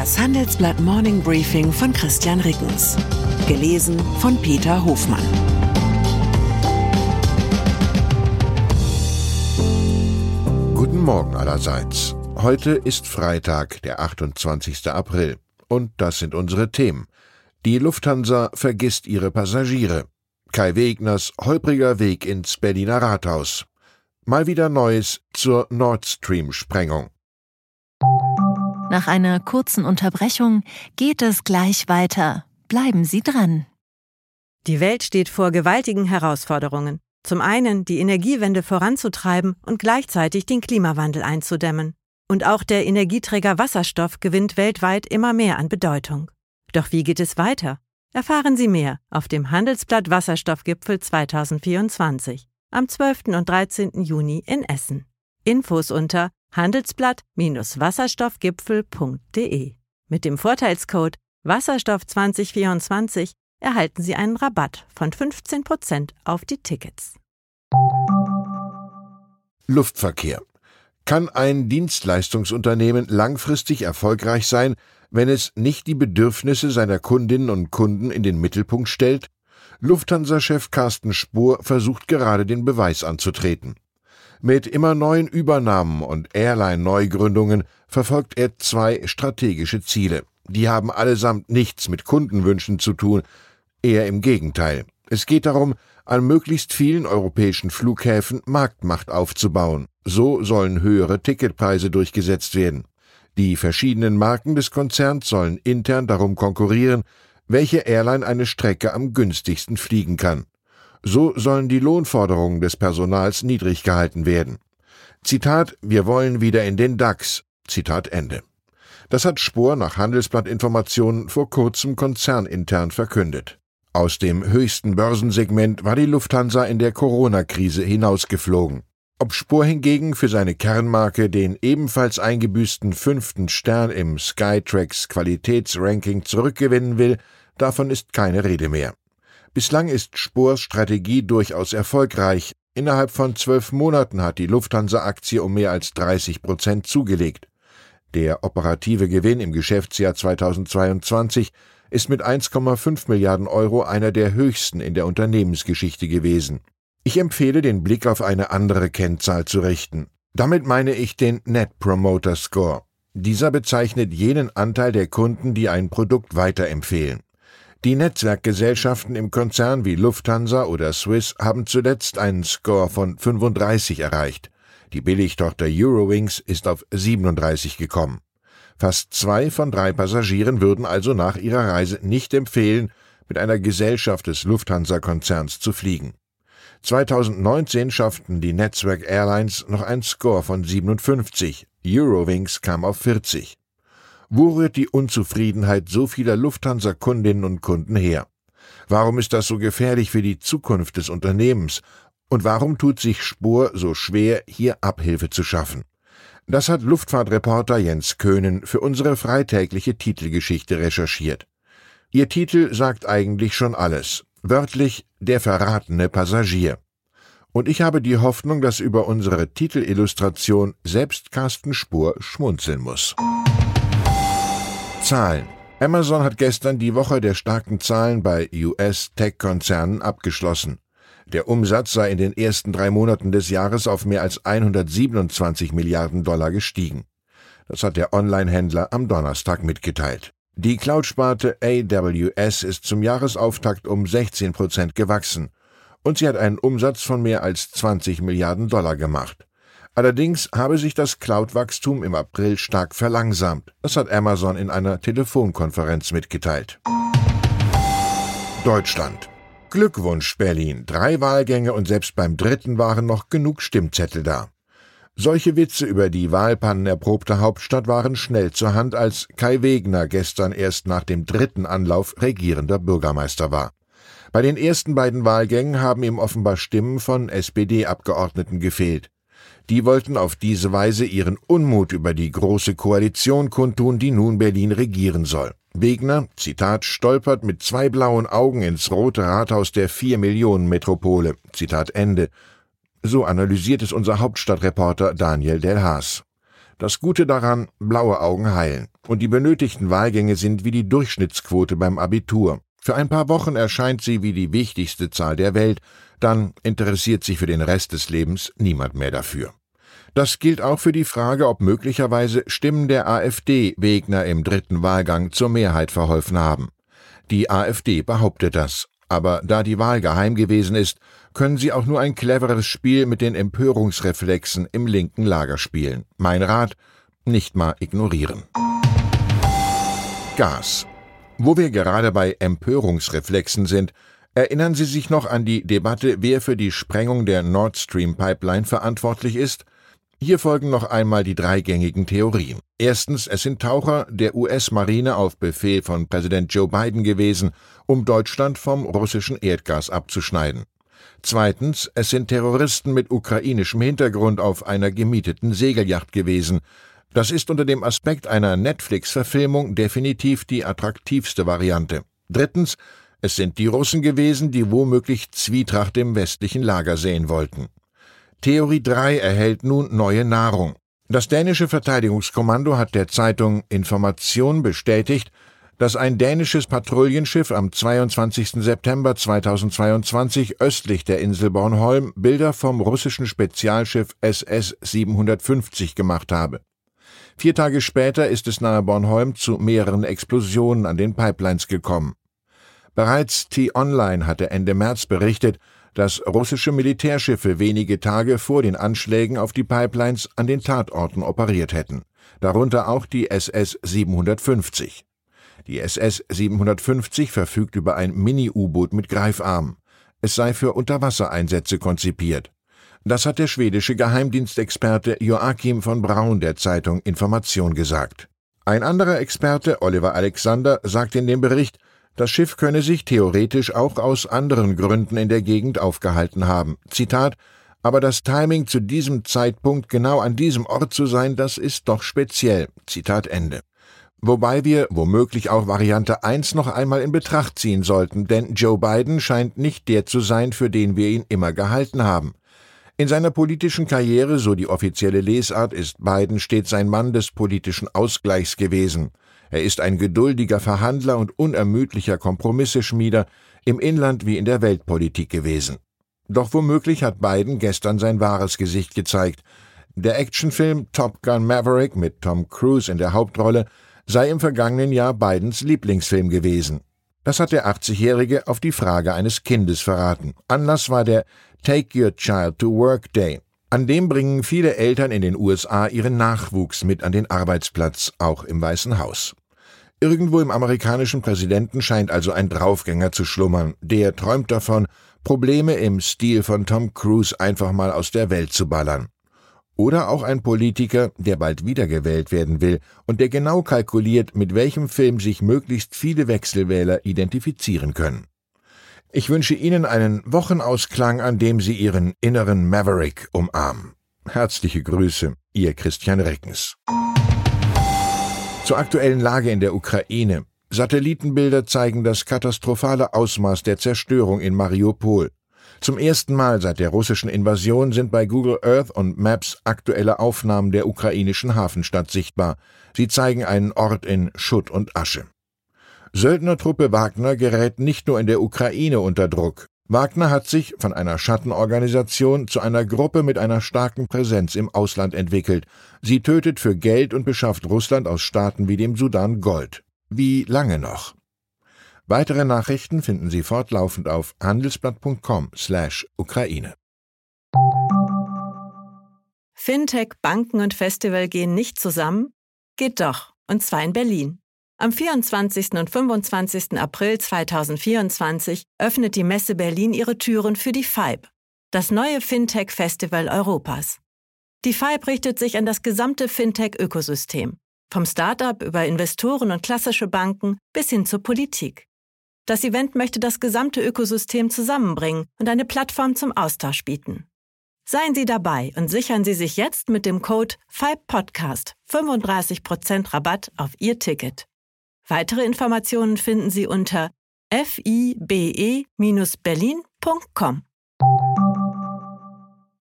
Das Handelsblatt Morning Briefing von Christian Rickens. Gelesen von Peter Hofmann. Guten Morgen allerseits. Heute ist Freitag, der 28. April. Und das sind unsere Themen. Die Lufthansa vergisst ihre Passagiere. Kai Wegners holpriger Weg ins Berliner Rathaus. Mal wieder Neues zur Nord Stream-Sprengung. Nach einer kurzen Unterbrechung geht es gleich weiter. Bleiben Sie dran. Die Welt steht vor gewaltigen Herausforderungen. Zum einen die Energiewende voranzutreiben und gleichzeitig den Klimawandel einzudämmen. Und auch der Energieträger Wasserstoff gewinnt weltweit immer mehr an Bedeutung. Doch wie geht es weiter? Erfahren Sie mehr auf dem Handelsblatt Wasserstoffgipfel 2024 am 12. und 13. Juni in Essen. Infos unter handelsblatt-wasserstoffgipfel.de. Mit dem Vorteilscode Wasserstoff2024 erhalten Sie einen Rabatt von 15% auf die Tickets. Luftverkehr. Kann ein Dienstleistungsunternehmen langfristig erfolgreich sein, wenn es nicht die Bedürfnisse seiner Kundinnen und Kunden in den Mittelpunkt stellt? Lufthansa-Chef Carsten Spohr versucht gerade den Beweis anzutreten. Mit immer neuen Übernahmen und Airline-Neugründungen verfolgt er zwei strategische Ziele. Die haben allesamt nichts mit Kundenwünschen zu tun, eher im Gegenteil. Es geht darum, an möglichst vielen europäischen Flughäfen Marktmacht aufzubauen. So sollen höhere Ticketpreise durchgesetzt werden. Die verschiedenen Marken des Konzerns sollen intern darum konkurrieren, welche Airline eine Strecke am günstigsten fliegen kann. So sollen die Lohnforderungen des Personals niedrig gehalten werden. Zitat: Wir wollen wieder in den DAX. Zitat Ende. Das hat Spohr nach Handelsblatt-Informationen vor kurzem konzernintern verkündet. Aus dem höchsten Börsensegment war die Lufthansa in der Corona-Krise hinausgeflogen. Ob Spohr hingegen für seine Kernmarke den ebenfalls eingebüßten 5. Stern im Skytrax Qualitätsranking zurückgewinnen will, davon ist keine Rede mehr. Bislang ist Spohrs Strategie durchaus erfolgreich. Innerhalb von 12 Monaten hat die Lufthansa-Aktie um mehr als 30% zugelegt. Der operative Gewinn im Geschäftsjahr 2022 ist mit 1,5 Milliarden Euro einer der höchsten in der Unternehmensgeschichte gewesen. Ich empfehle, den Blick auf eine andere Kennzahl zu richten. Damit meine ich den Net Promoter Score. Dieser bezeichnet jenen Anteil der Kunden, die ein Produkt weiterempfehlen. Die Netzwerkgesellschaften im Konzern wie Lufthansa oder Swiss haben zuletzt einen Score von 35 erreicht. Die Billigtochter Eurowings ist auf 37 gekommen. Fast 2 von 3 Passagieren würden also nach ihrer Reise nicht empfehlen, mit einer Gesellschaft des Lufthansa-Konzerns zu fliegen. 2019 schafften die Network Airlines noch einen Score von 57. Eurowings kam auf 40. Wo rührt die Unzufriedenheit so vieler Lufthansa-Kundinnen und Kunden her? Warum ist das so gefährlich für die Zukunft des Unternehmens? Und warum tut sich Spohr so schwer, hier Abhilfe zu schaffen? Das hat Luftfahrtreporter Jens Köhnen für unsere freitägliche Titelgeschichte recherchiert. Ihr Titel sagt eigentlich schon alles. Wörtlich: der verratene Passagier. Und ich habe die Hoffnung, dass über unsere Titelillustration selbst Carsten Spohr schmunzeln muss. Zahlen. Amazon hat gestern die Woche der starken Zahlen bei US-Tech-Konzernen abgeschlossen. Der Umsatz sei in den ersten 3 Monaten des Jahres auf mehr als 127 Milliarden Dollar gestiegen. Das hat der Online-Händler am Donnerstag mitgeteilt. Die Cloud-Sparte AWS ist zum Jahresauftakt um 16% gewachsen und sie hat einen Umsatz von mehr als 20 Milliarden Dollar gemacht. Allerdings habe sich das Cloud-Wachstum im April stark verlangsamt. Das hat Amazon in einer Telefonkonferenz mitgeteilt. Deutschland. Glückwunsch, Berlin. 3 Wahlgänge und selbst beim 3. waren noch genug Stimmzettel da. Solche Witze über die wahlpannenerprobte Hauptstadt waren schnell zur Hand, als Kai Wegner gestern erst nach dem 3. Anlauf regierender Bürgermeister war. Bei den ersten beiden Wahlgängen haben ihm offenbar Stimmen von SPD-Abgeordneten gefehlt. Die wollten auf diese Weise ihren Unmut über die Große Koalition kundtun, die nun Berlin regieren soll. Wegner, Zitat, stolpert mit 2 blauen Augen ins Rote Rathaus der 4-Millionen-Metropole, Zitat Ende. So analysiert es unser Hauptstadtreporter Daniel Delhaas. Das Gute daran, blaue Augen heilen. Und die benötigten Wahlgänge sind wie die Durchschnittsquote beim Abitur. Für ein paar Wochen erscheint sie wie die wichtigste Zahl der Welt, dann interessiert sich für den Rest des Lebens niemand mehr dafür. Das gilt auch für die Frage, ob möglicherweise Stimmen der AfD Wegner im dritten Wahlgang zur Mehrheit verholfen haben. Die AfD behauptet das. Aber da die Wahl geheim gewesen ist, können sie auch nur ein cleveres Spiel mit den Empörungsreflexen im linken Lager spielen. Mein Rat: nicht mal ignorieren. Gas. Wo wir gerade bei Empörungsreflexen sind, erinnern Sie sich noch an die Debatte, wer für die Sprengung der Nord Stream Pipeline verantwortlich ist? Hier folgen noch einmal die 3 gängigen Theorien. Erstens, es sind Taucher der US-Marine auf Befehl von Präsident Joe Biden gewesen, um Deutschland vom russischen Erdgas abzuschneiden. Zweitens, es sind Terroristen mit ukrainischem Hintergrund auf einer gemieteten Segelyacht gewesen. Das ist unter dem Aspekt einer Netflix-Verfilmung definitiv die attraktivste Variante. Drittens, es sind die Russen gewesen, die womöglich Zwietracht im westlichen Lager sehen wollten. Theorie 3 erhält nun neue Nahrung. Das dänische Verteidigungskommando hat der Zeitung Information bestätigt, dass ein dänisches Patrouillenschiff am 22. September 2022 östlich der Insel Bornholm Bilder vom russischen Spezialschiff SS 750 gemacht habe. 4 Tage später ist es nahe Bornholm zu mehreren Explosionen an den Pipelines gekommen. Bereits T-Online hatte Ende März berichtet, dass russische Militärschiffe wenige Tage vor den Anschlägen auf die Pipelines an den Tatorten operiert hätten, darunter auch die SS 750. Die SS 750 verfügt über ein Mini-U-Boot mit Greifarm. Es sei für Unterwassereinsätze konzipiert. Das hat der schwedische Geheimdienstexperte Joachim von Braun der Zeitung Information gesagt. Ein anderer Experte, Oliver Alexander, sagt in dem Bericht, das Schiff könne sich theoretisch auch aus anderen Gründen in der Gegend aufgehalten haben. Zitat: Aber das Timing zu diesem Zeitpunkt genau an diesem Ort zu sein, das ist doch speziell. Zitat Ende. Wobei wir womöglich auch Variante 1 noch einmal in Betracht ziehen sollten, denn Joe Biden scheint nicht der zu sein, für den wir ihn immer gehalten haben. In seiner politischen Karriere, so die offizielle Lesart, ist Biden stets ein Mann des politischen Ausgleichs gewesen. Er ist ein geduldiger Verhandler und unermüdlicher Kompromisseschmieder im Inland wie in der Weltpolitik gewesen. Doch womöglich hat Biden gestern sein wahres Gesicht gezeigt. Der Actionfilm Top Gun Maverick mit Tom Cruise in der Hauptrolle sei im vergangenen Jahr Bidens Lieblingsfilm gewesen. Das hat der 80-Jährige auf die Frage eines Kindes verraten. Anlass war der Take Your Child to Work Day. An dem bringen viele Eltern in den USA ihren Nachwuchs mit an den Arbeitsplatz, auch im Weißen Haus. Irgendwo im amerikanischen Präsidenten scheint also ein Draufgänger zu schlummern. Der träumt davon, Probleme im Stil von Tom Cruise einfach mal aus der Welt zu ballern. Oder auch ein Politiker, der bald wiedergewählt werden will und der genau kalkuliert, mit welchem Film sich möglichst viele Wechselwähler identifizieren können. Ich wünsche Ihnen einen Wochenausklang, an dem Sie Ihren inneren Maverick umarmen. Herzliche Grüße, Ihr Christian Reckens. Zur aktuellen Lage in der Ukraine. Satellitenbilder zeigen das katastrophale Ausmaß der Zerstörung in Mariupol. Zum ersten Mal seit der russischen Invasion sind bei Google Earth und Maps aktuelle Aufnahmen der ukrainischen Hafenstadt sichtbar. Sie zeigen einen Ort in Schutt und Asche. Söldnertruppe Wagner gerät nicht nur in der Ukraine unter Druck. Wagner hat sich von einer Schattenorganisation zu einer Gruppe mit einer starken Präsenz im Ausland entwickelt. Sie tötet für Geld und beschafft Russland aus Staaten wie dem Sudan Gold. Wie lange noch? Weitere Nachrichten finden Sie fortlaufend auf handelsblatt.com/Ukraine. Fintech, Banken und Festival gehen nicht zusammen? Geht doch, und zwar in Berlin. Am 24. und 25. April 2024 öffnet die Messe Berlin ihre Türen für die FIBE, das neue Fintech-Festival Europas. Die FIBE richtet sich an das gesamte Fintech-Ökosystem, vom Start-up über Investoren und klassische Banken bis hin zur Politik. Das Event möchte das gesamte Ökosystem zusammenbringen und eine Plattform zum Austausch bieten. Seien Sie dabei und sichern Sie sich jetzt mit dem Code FIBEPodcast 35% Rabatt auf Ihr Ticket. Weitere Informationen finden Sie unter fibe-berlin.com.